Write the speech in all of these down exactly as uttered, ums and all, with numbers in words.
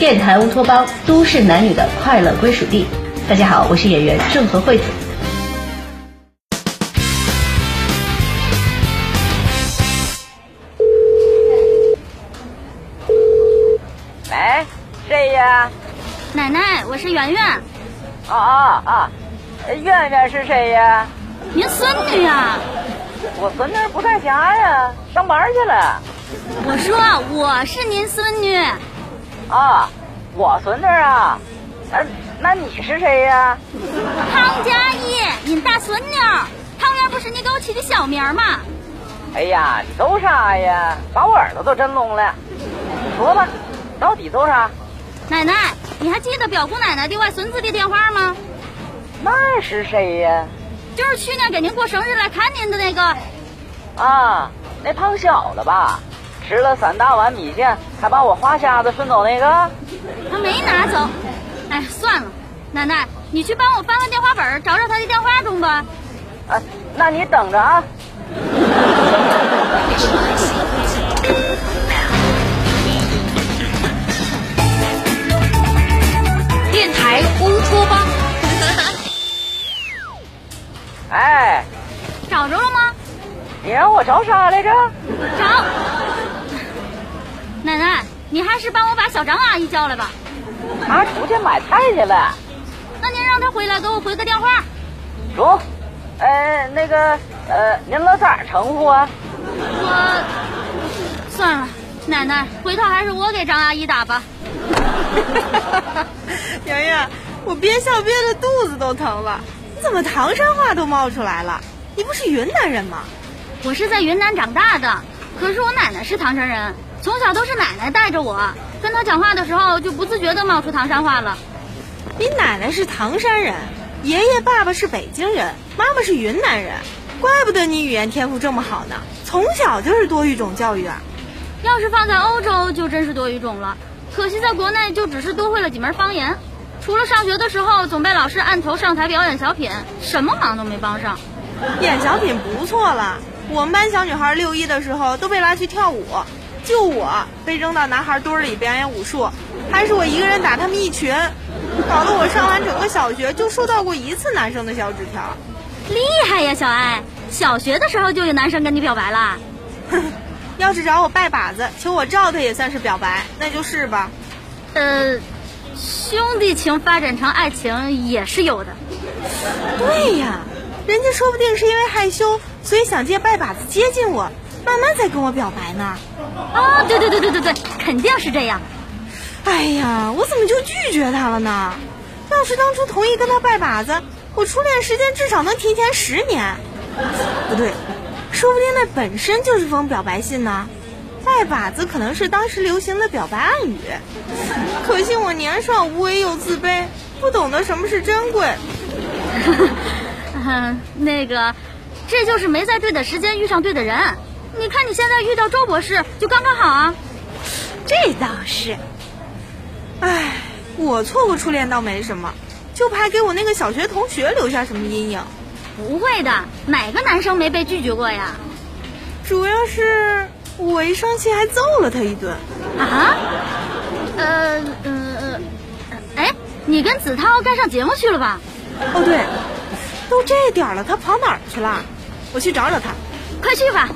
电台乌托邦，都市男女的快乐归属地。大家好，我是演员郑和惠子。 喂，谁呀？ 奶奶，我是圆圆。 啊啊啊！圆圆是谁呀？ 您孙女啊？ 我孙女不在家呀，上班去了。 我说我是您孙女。 啊，我孙女啊？那那你是谁呀？ 汤佳怡，您大孙女。汤圆不是你给我起的小名吗？ 哎呀，你都啥呀？把我耳朵都震聋了。你说吧，到底都啥？ 奶奶，你还记得表姑奶奶的外孙子的电话吗？ 那是谁呀？ 就是去年给您过生日来看您的那个。 啊，那胖小子吧？吃了三大碗米线，还把我话匣子顺走那个？ 他没拿走。哎，算了，奶奶，你去帮我翻翻电话本，找找他的电话中吧。 啊，那你等着啊。 电台乌托邦。 哎， 找着了吗？ 你让我找啥来着？ 找。奶奶，你还是帮我把小张阿姨叫来吧。 她出去买菜去了。 那您让她回来给我回个电话。 中。呃，那个，呃，您老咋称呼啊？ 我，算了，奶奶，回头还是我给张阿姨打吧。 圆圆，我憋笑憋的肚子都疼了。你怎么唐山话都冒出来了？你不是云南人吗？ 我是在云南长大的，可是我奶奶是唐山人，从小都是奶奶带着我，跟她讲话的时候就不自觉地冒出唐山话了。 你奶奶是唐山人，爷爷爸爸是北京人，妈妈是云南人，怪不得你语言天赋这么好呢，从小就是多语种教育啊。 要是放在欧洲就真是多语种了，可惜在国内就只是多会了几门方言，除了上学的时候总被老师按头上台表演小品，什么忙都没帮上。 演小品不错了，我们班小女孩六一的时候都被拉去跳舞，就我被扔到男孩堆里表演武术，还是我一个人打他们一群，搞得我上完整个小学就收到过一次男生的小纸条。 厉害呀，小艾，小学的时候就有男生跟你表白了？ 要是找我拜把子求我照他也算是表白，那就是吧。 呃，兄弟情发展成爱情也是有的。 对呀，人家说不定是因为害羞，所以想借拜把子接近我，慢慢再跟我表白呢。 哦，对对对对对对，肯定是这样。 哎呀，我怎么就拒绝他了呢？要是当初同意跟他拜把子，我初恋时间至少能提前十年。不对，说不定那本身就是封表白信呢。拜把子可能是当时流行的表白暗语，可惜我年少无为又自卑，不懂得什么是珍贵。 嗯，那个，这就是没在对的时间遇上对的人。你看你现在遇到周博士，就刚刚好啊。 这倒是。唉，我错过初恋倒没什么，就怕给我那个小学同学留下什么阴影。 不会的，哪个男生没被拒绝过呀？ 主要是我一生气还揍了他一顿。 啊？呃呃呃，哎，你跟子韬该上节目去了吧？ 哦对，都这点了，他跑哪儿去了？我去找找他。 快去吧。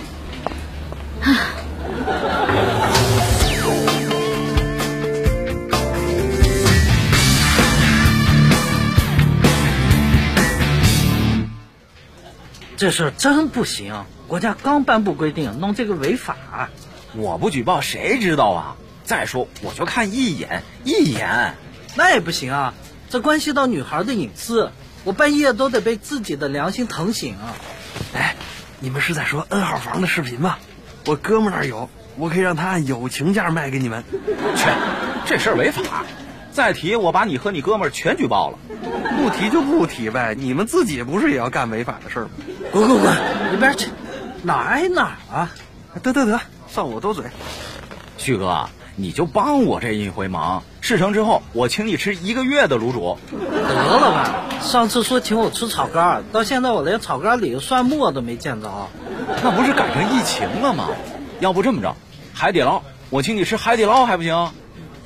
这事真不行，国家刚颁布规定，弄这个违法。 我不举报谁知道啊？再说我就看一眼一眼， 那也不行啊，这关系到女孩的隐私，我半夜都得被自己的良心疼醒啊。 哎，你们是在说 N 号房的视频吧？我哥们那儿有，我可以让他按友情价卖给你们。 去，这事儿违法，再提我把你和你哥们儿全举报了。 不提就不提呗，你们自己不是也要干违法的事儿吗？ 滚滚滚，一边去，哪儿挨哪儿啊！ 得得得，算我多嘴。 旭哥，你就帮我这一回忙，事成之后我请你吃一个月的卤煮。 得了吧，上次说请我吃炒肝，到现在我连炒肝里的蒜末都没见着。 那不是赶上疫情了吗？要不这么着，海底捞，我请你吃海底捞还不行？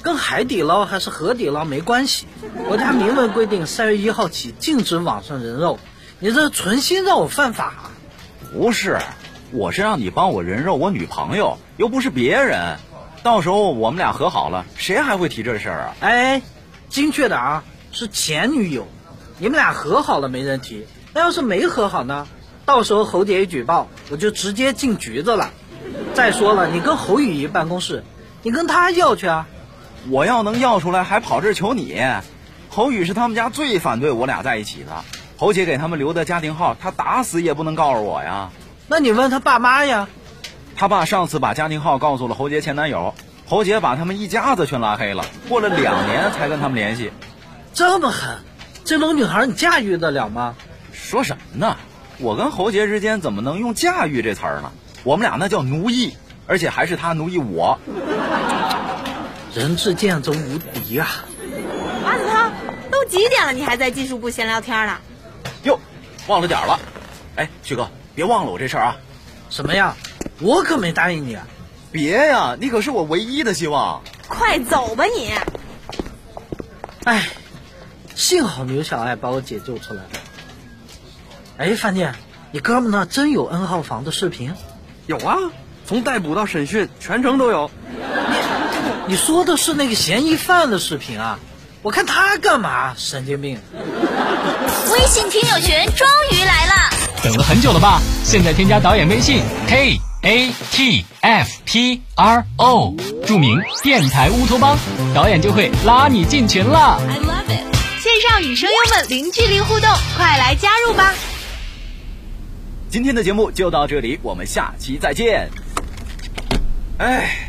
跟海底捞还是河底捞没关系。国家明文规定，三月一号起禁止网上人肉，你这存心让我犯法啊？ 不是，我是让你帮我人肉我女朋友，又不是别人。到时候我们俩和好了，谁还会提这事儿啊？ 哎，精确的啊，是前女友。你们俩和好了没人提，那要是没和好呢？到时候侯姐一举报，我就直接进局子了。再说了，你跟侯雨怡办公室，你跟他要去啊。 我要能要出来，还跑这儿求你？侯宇是他们家最反对我俩在一起的，侯姐给他们留的家庭号，他打死也不能告诉我呀。 那你问他爸妈呀。 他爸上次把家庭号告诉了侯杰前男友，侯杰把他们一家子全拉黑了，过了两年才跟他们联系。 这么狠，这种女孩你驾驭得了吗？ 说什么呢？我跟侯杰之间怎么能用驾驭这词儿呢？我们俩那叫奴役，而且还是他奴役我。 人至剑中无敌啊！ 马子涛，都几点了，你还在技术部闲聊天呢？ 哟，忘了点了。哎，旭哥，别忘了我这事儿啊。 什么呀？我可没答应你啊！ 别呀，你可是我唯一的希望。 快走吧你！ 哎，幸好牛小爱把我解救出来了。哎，饭店，你哥们那真有 N 号房的视频？ 有啊，从逮捕到审讯，全程都有。 你说的是那个嫌疑犯的视频啊？我看他干嘛？神经病！ 微信听友群终于来了， 等了很久了吧？现在添加导演微信 K A T F P R O， 注明电台乌托邦，导演就会拉你进群了。 I love it！ 线上与声优们零距离互动，快来加入吧！ 今天的节目就到这里，我们下期再见。哎，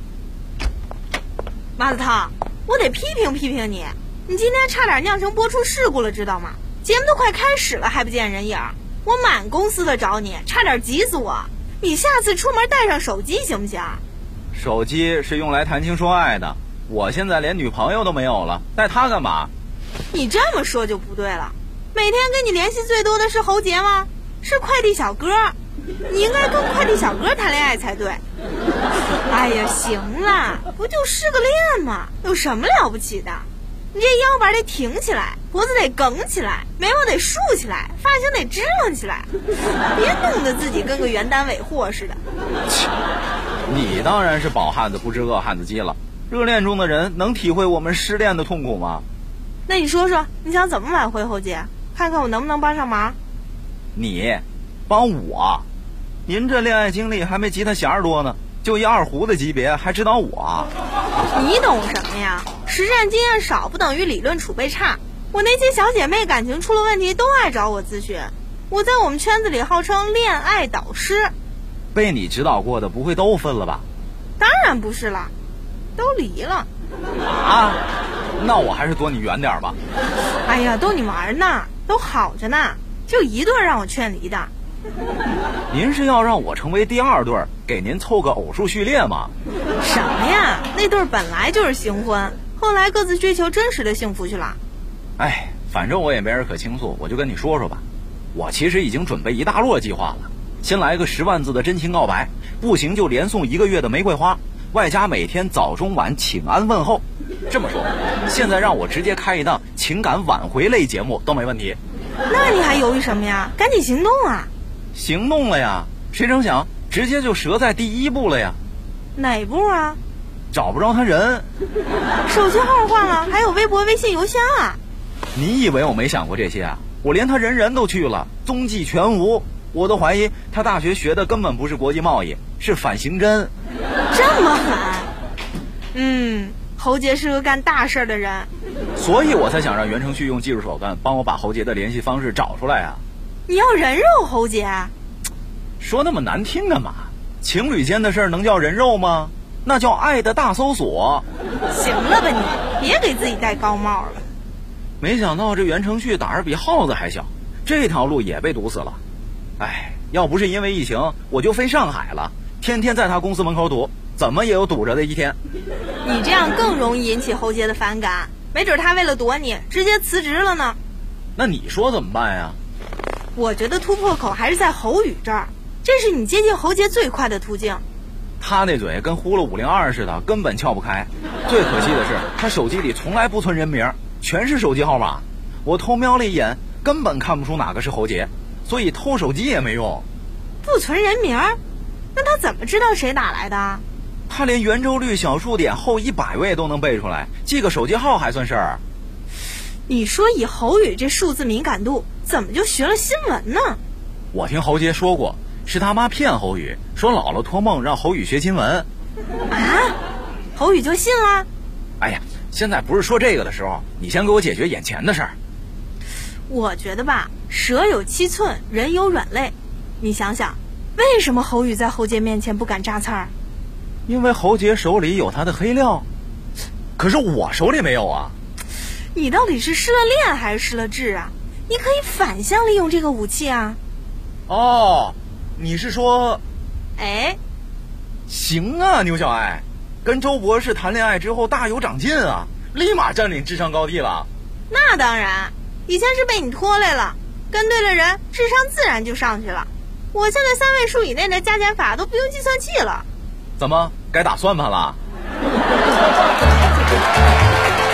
马子涛，我得批评批评你，你今天差点酿成播出事故了，知道吗？节目都快开始了，还不见人影，我满公司的找你，差点急死我。你下次出门带上手机行不行？ 手机是用来谈情说爱的，我现在连女朋友都没有了，带她干嘛？ 你这么说就不对了，每天跟你联系最多的是侯杰吗？是快递小哥，你应该跟快递小哥谈恋爱才对。哎呀，行了，不就失个恋吗？有什么了不起的？你这腰板得挺起来，脖子得梗起来，眉毛得竖起来，发型得支棱起来，别弄得自己跟个原单尾货似的。 你当然是饱汉子不知饿汉子饥了，热恋中的人能体会我们失恋的痛苦吗？ 那你说说，你想怎么挽回侯杰？看看我能不能帮上忙。 你帮我？您这恋爱经历还没及他弦儿多呢，就一二胡的级别还指导我？ 你懂什么呀？实战经验少不等于理论储备差。我那些小姐妹感情出了问题都爱找我咨询，我在我们圈子里号称恋爱导师。 被你指导过的不会都分了吧？ 当然不是了，都离了。 啊？那我还是躲你远点吧。 哎呀，逗你玩呢，都好着呢，就一对让我劝离的。 您是要让我成为第二对，给您凑个偶数序列吗？ 什么呀？那对本来就是新婚，后来各自追求真实的幸福去了。 哎，反正我也没人可倾诉，我就跟你说说吧。我其实已经准备一大摞计划了，先来个十万字的真情告白，不行就连送一个月的玫瑰花，外加每天早中晚请安问候。这么说，现在让我直接开一档情感挽回类节目都没问题。 那你还犹豫什么呀？赶紧行动啊！ 行动了呀，谁成想直接就折在第一步了呀。 哪步啊？ 找不着他人。 手机号换了，还有微博微信邮箱啊。 你以为我没想过这些啊？我连他人人都去了，踪迹全无。我都怀疑他大学学的根本不是国际贸易，是反刑侦。 这么狠？嗯，侯杰是个干大事的人， 所以我才想让袁承旭用技术手段帮我把侯杰的联系方式找出来啊。 你要人肉侯杰？ 说那么难听干嘛？情侣间的事儿能叫人肉吗？那叫爱的大搜索。 行了吧你，别给自己戴高帽了。 没想到这袁承旭胆儿比耗子还小，这条路也被堵死了。哎，要不是因为疫情，我就飞上海了，天天在他公司门口堵，怎么也有堵着的一天。 你这样更容易引起侯杰的反感，没准他为了躲你，直接辞职了呢。 那你说怎么办呀？ 我觉得突破口还是在侯宇这儿，这是你接近侯杰最快的途径。 他那嘴跟呼了五零二似的，根本撬不开。最可惜的是，他手机里从来不存人名，全是手机号码。我偷瞄了一眼，根本看不出哪个是侯杰，所以偷手机也没用。 不存人名，那他怎么知道谁打来的？ 他连圆周率小数点后一百位都能背出来，记个手机号还算事儿？ 你说以侯宇这数字敏感度，怎么就学了新闻呢？ 我听侯杰说过，是他妈骗侯宇，说姥姥托梦让侯宇学新闻。 啊？侯宇就信了？ 哎呀，现在不是说这个的时候，你先给我解决眼前的事儿。 我觉得吧，蛇有七寸，人有软肋。你想想，为什么侯宇在侯杰面前不敢扎刺儿？ 因为侯杰手里有他的黑料，可是我手里没有啊。 你到底是失了恋还是失了智啊？你可以反向利用这个武器啊。 哦，你是说…… 哎， 行啊，牛小爱，跟周博士谈恋爱之后大有长进啊，立马占领智商高地了。 那当然，以前是被你拖累了，跟对了人，智商自然就上去了。我现在三位数以内的加减法都不用计算器了。 怎么该打算盘了？